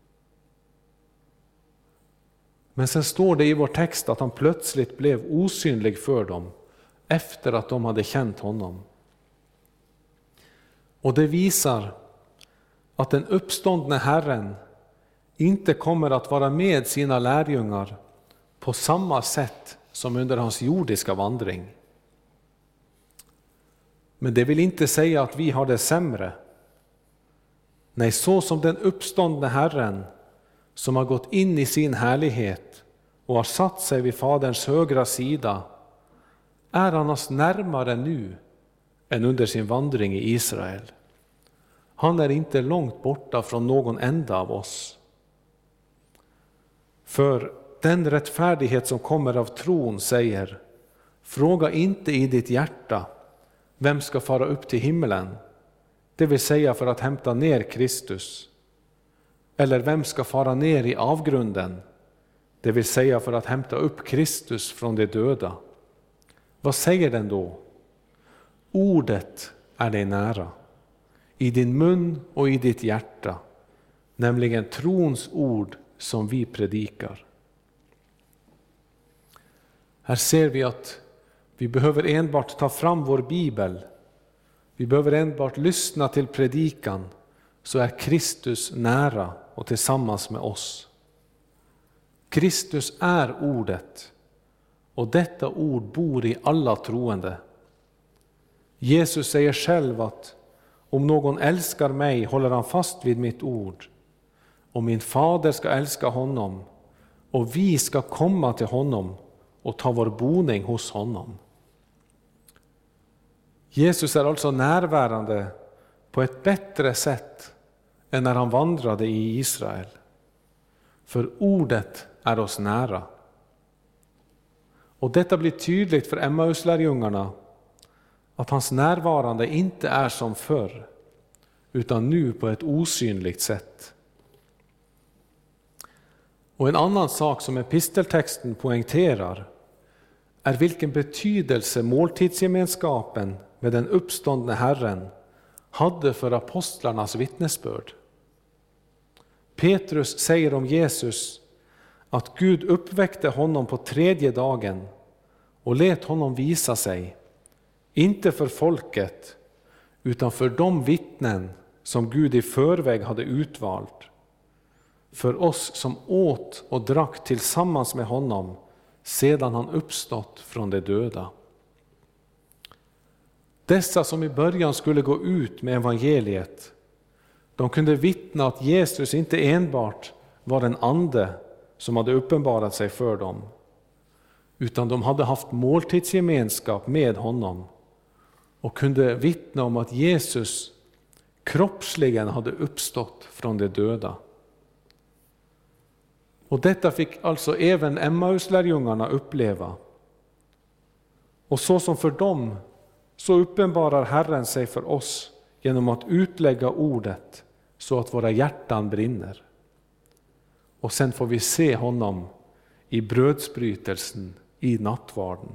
Men sen står det i vår text att han plötsligt blev osynlig för dem efter att de hade känt honom. Och det visar att den uppståndne Herren inte kommer att vara med sina lärjungar på samma sätt som under hans jordiska vandring. Men det vill inte säga att vi har det sämre. Nej, så som den uppståndne Herren som har gått in i sin härlighet och har satt sig vid Faderns högra sida, är han oss närmare nu än under sin vandring i Israel. Han är inte långt borta från någon enda av oss. För den rättfärdighet som kommer av tron säger: fråga inte i ditt hjärta vem ska fara upp till himlen, det vill säga för att hämta ner Kristus, eller vem ska fara ner i avgrunden, det vill säga för att hämta upp Kristus från de döda. Vad säger den då? Ordet är dig nära, i din mun och i ditt hjärta, nämligen trons ord som vi predikar. Här ser vi att vi behöver enbart ta fram vår bibel, vi behöver enbart lyssna till predikan, så är Kristus nära och tillsammans med oss. Kristus är ordet, och detta ord bor i alla troende. Jesus säger själv att om någon älskar mig håller han fast vid mitt ord, och min fader ska älska honom, och vi ska komma till honom och ta vår boning hos honom. Jesus är alltså närvarande på ett bättre sätt än när han vandrade i Israel. För ordet är oss nära. Och detta blir tydligt för Emmauslärjungarna, att hans närvarande inte är som förr, utan nu på ett osynligt sätt. Och en annan sak som episteltexten poängterar är vilken betydelse måltidsgemenskapen med den uppståndne Herren hade för apostlarnas vittnesbörd. Petrus säger om Jesus att Gud uppväckte honom på tredje dagen och lät honom visa sig, inte för folket utan för de vittnen som Gud i förväg hade utvalt, för oss som åt och drack tillsammans med honom sedan han uppstått från de döda. Dessa som i början skulle gå ut med evangeliet, de kunde vittna att Jesus inte enbart var en ande som hade uppenbarat sig för dem, utan de hade haft måltidsgemenskap med honom och kunde vittna om att Jesus kroppsligen hade uppstått från de döda. Och detta fick alltså även Emmauslärjungarna uppleva. Och så som för dem, så uppenbarar Herren sig för oss genom att utlägga ordet så att våra hjärtan brinner. Och sen får vi se honom i brödsbrytelsen, i nattvarden.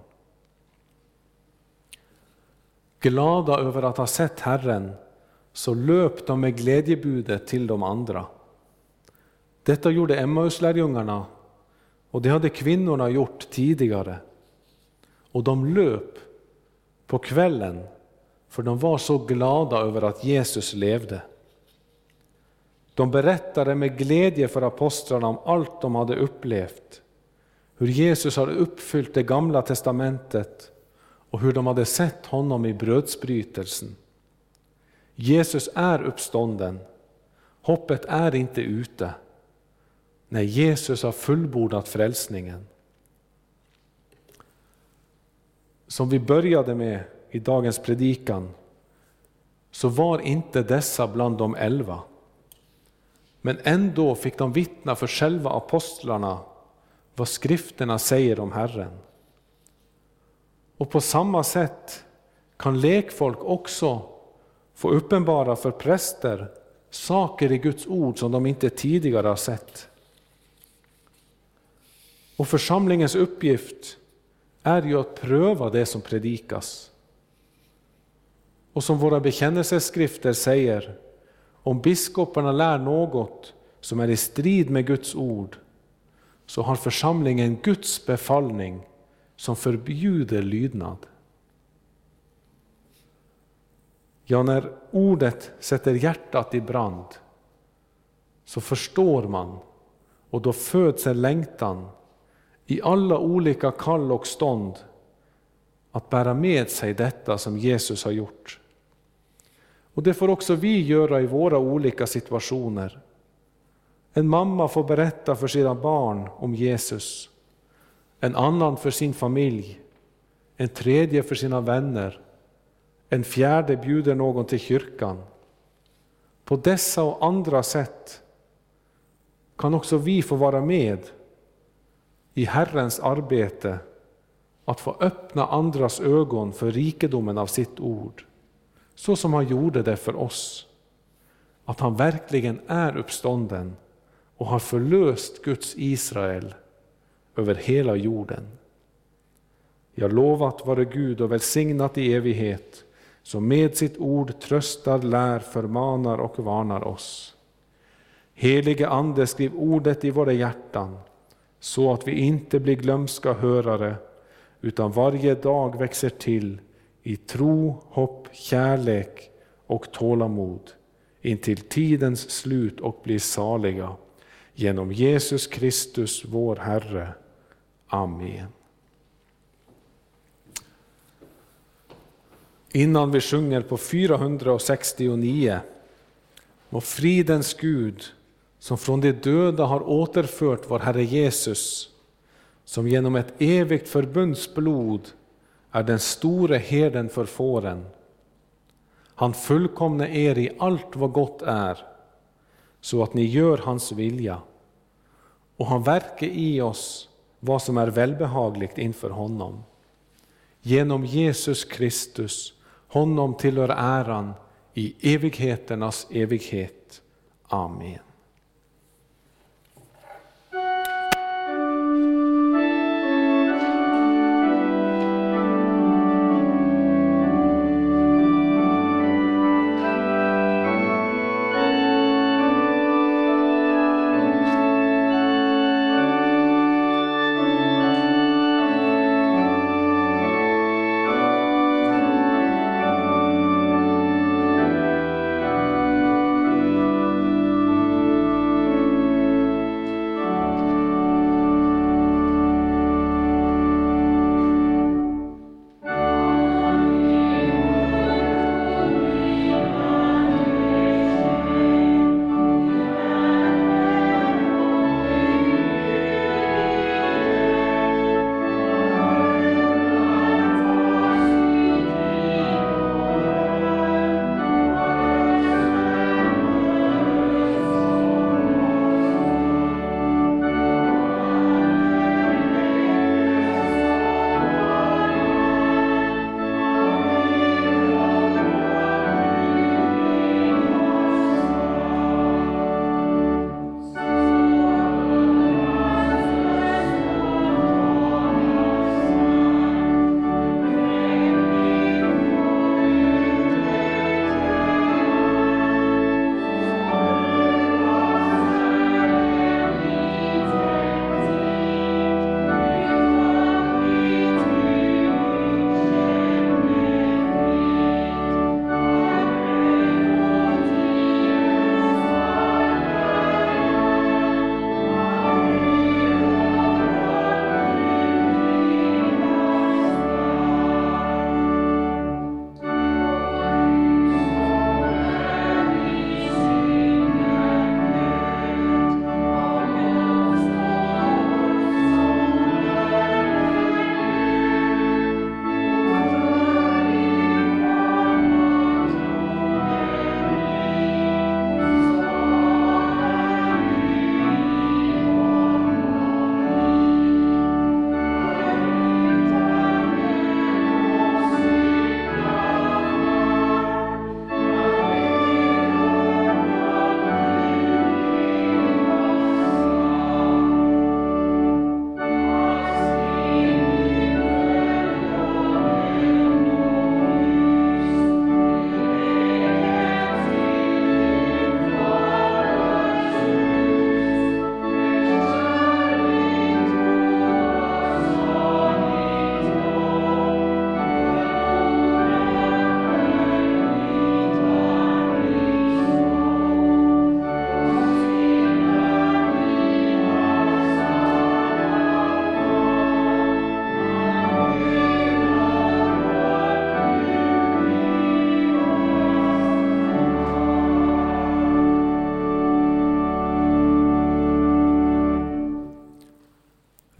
Glada över att ha sett Herren, så löp de med glädjebudet till de andra. Detta gjorde Emmauslärjungarna, och det hade kvinnorna gjort tidigare. Och de löp på kvällen, för de var så glada över att Jesus levde. De berättade med glädje för apostlarna om allt de hade upplevt, hur Jesus hade uppfyllt det gamla testamentet och hur de hade sett honom i brödsbrytelsen. Jesus är uppstånden. Hoppet är inte ute. Nej, Jesus har fullbordat frälsningen. Som vi började med i dagens predikan, så var inte dessa bland de elva. Men ändå fick de vittna för själva apostlarna vad skrifterna säger om Herren. Och på samma sätt kan lekfolk också få uppenbara för präster saker i Guds ord som de inte tidigare har sett. Och församlingens uppgift är ju att pröva det som predikas. Och som våra bekännelseskrifter säger, om biskoparna lär något som är i strid med Guds ord, så har församlingen Guds befallning som förbjuder lydnad. Ja, när ordet sätter hjärtat i brand, så förstår man, och då föds en längtan i alla olika kall och stånd att bära med sig detta som Jesus har gjort. Och det får också vi göra i våra olika situationer. En mamma får berätta för sina barn om Jesus, en annan för sin familj, en tredje för sina vänner, en fjärde bjuder någon till kyrkan. På dessa och andra sätt kan också vi få vara med i Herrens arbete att få öppna andras ögon för rikedomen av sitt ord, så som han gjorde det för oss. Att han verkligen är uppstånden och har förlöst Guds Israel över hela jorden. Jag lovat vare Gud och välsignat i evighet, som med sitt ord tröstar, lär, förmanar och varnar oss. Helige Ande, skriv ordet i våra hjärtan, så att vi inte blir glömska hörare, utan varje dag växer till i tro, hopp, kärlek och tålamod, intill tidens slut och blir saliga. Genom Jesus Kristus, vår Herre. Amen. Innan vi sjunger på fyrahundrasextionio, må fridens Gud, som från de döda har återfört vår Herre Jesus, som genom ett evigt förbundsblod är den store herden för fåren. Han fullkomnar er i allt vad gott är, så att ni gör hans vilja, och han verkar i oss vad som är välbehagligt inför honom. Genom Jesus Kristus, honom tillhör äran i evigheternas evighet. Amen.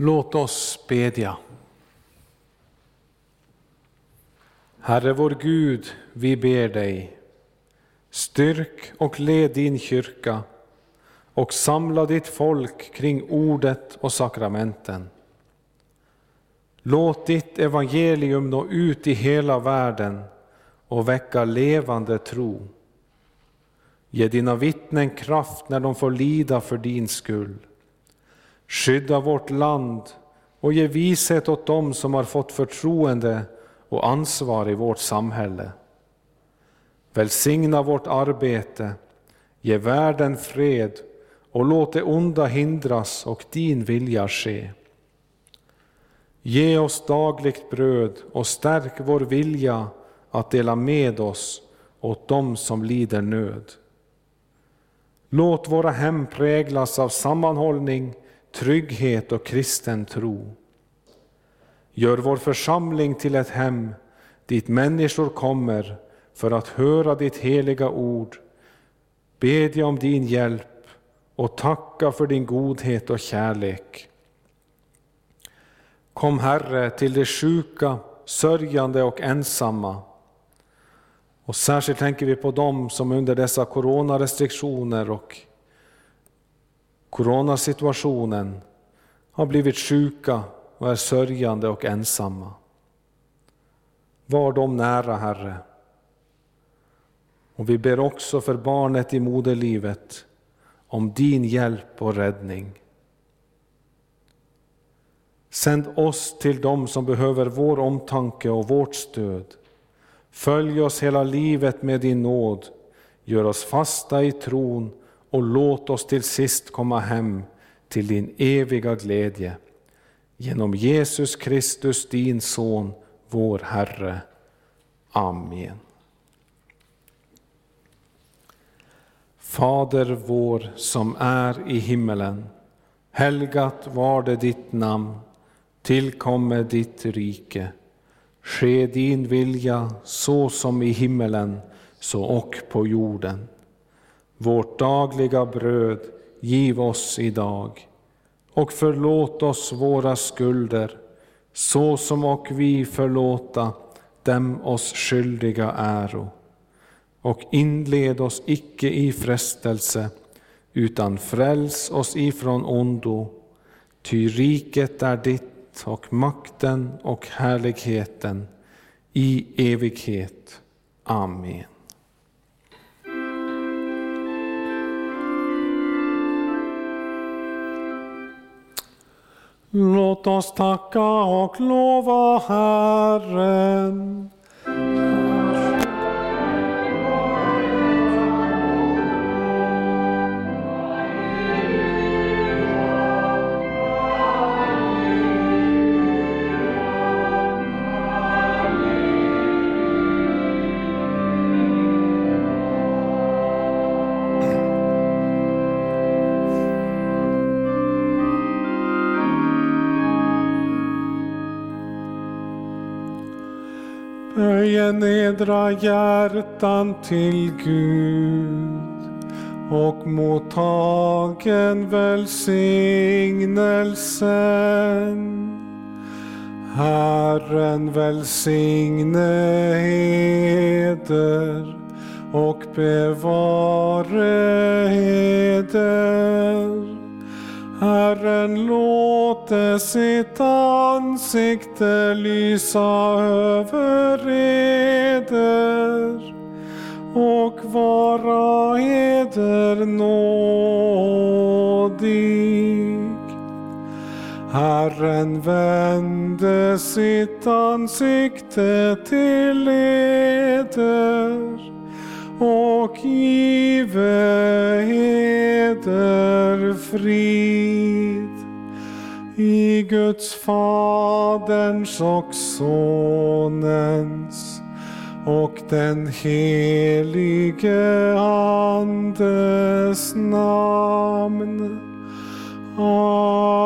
Låt oss bedja. Herre vår Gud, vi ber dig, styrk och led din kyrka och samla ditt folk kring ordet och sakramenten. Låt ditt evangelium nå ut i hela världen och väcka levande tro. Ge dina vittnen kraft när de får lida för din skull. Skydda vårt land och ge vishet åt dem som har fått förtroende och ansvar i vårt samhälle. Välsigna vårt arbete, ge världen fred och låt det onda hindras och din vilja ske. Ge oss dagligt bröd och stärk vår vilja att dela med oss åt dem som lider nöd. Låt våra hem präglas av sammanhållning, trygghet och kristen tro. Gör vår församling till ett hem dit människor kommer för att höra ditt heliga ord, bedja om din hjälp och tacka för din godhet och kärlek. Kom Herre till de sjuka, sörjande och ensamma. Och särskilt tänker vi på dem som under dessa coronarestriktioner och coronasituationen har blivit sjuka och är sörjande och ensamma. Var dem nära, Herre. Och vi ber också för barnet i moderlivet om din hjälp och räddning. Sänd oss till dem som behöver vår omtanke och vårt stöd. Följ oss hela livet med din nåd. Gör oss fasta i tron och låt oss till sist komma hem till din eviga glädje. Genom Jesus Kristus, din son, vår Herre. Amen. Fader vår som är i himmelen, helgat var det ditt namn, tillkomme ditt rike. Ske din vilja så som i himmelen, så och på jorden. Vårt dagliga bröd giv oss idag, och förlåt oss våra skulder, så som och vi förlåta dem oss skyldiga äro. Och inled oss icke i frestelse, utan fräls oss ifrån ondo. Ty riket är ditt och makten och härligheten i evighet. Amen. Låt oss tacka och lova Herren. Böj nedra hjärtan till Gud och mottagen välsignelsen. Herren välsigne eder och bevare eder. Herren låte sitt ansikte lysa över eder och vara eder nådig. Herren vände sitt ansikte till eder och give eder frid. I Guds Faderns och Sonens och den helige Andes namn. Amen.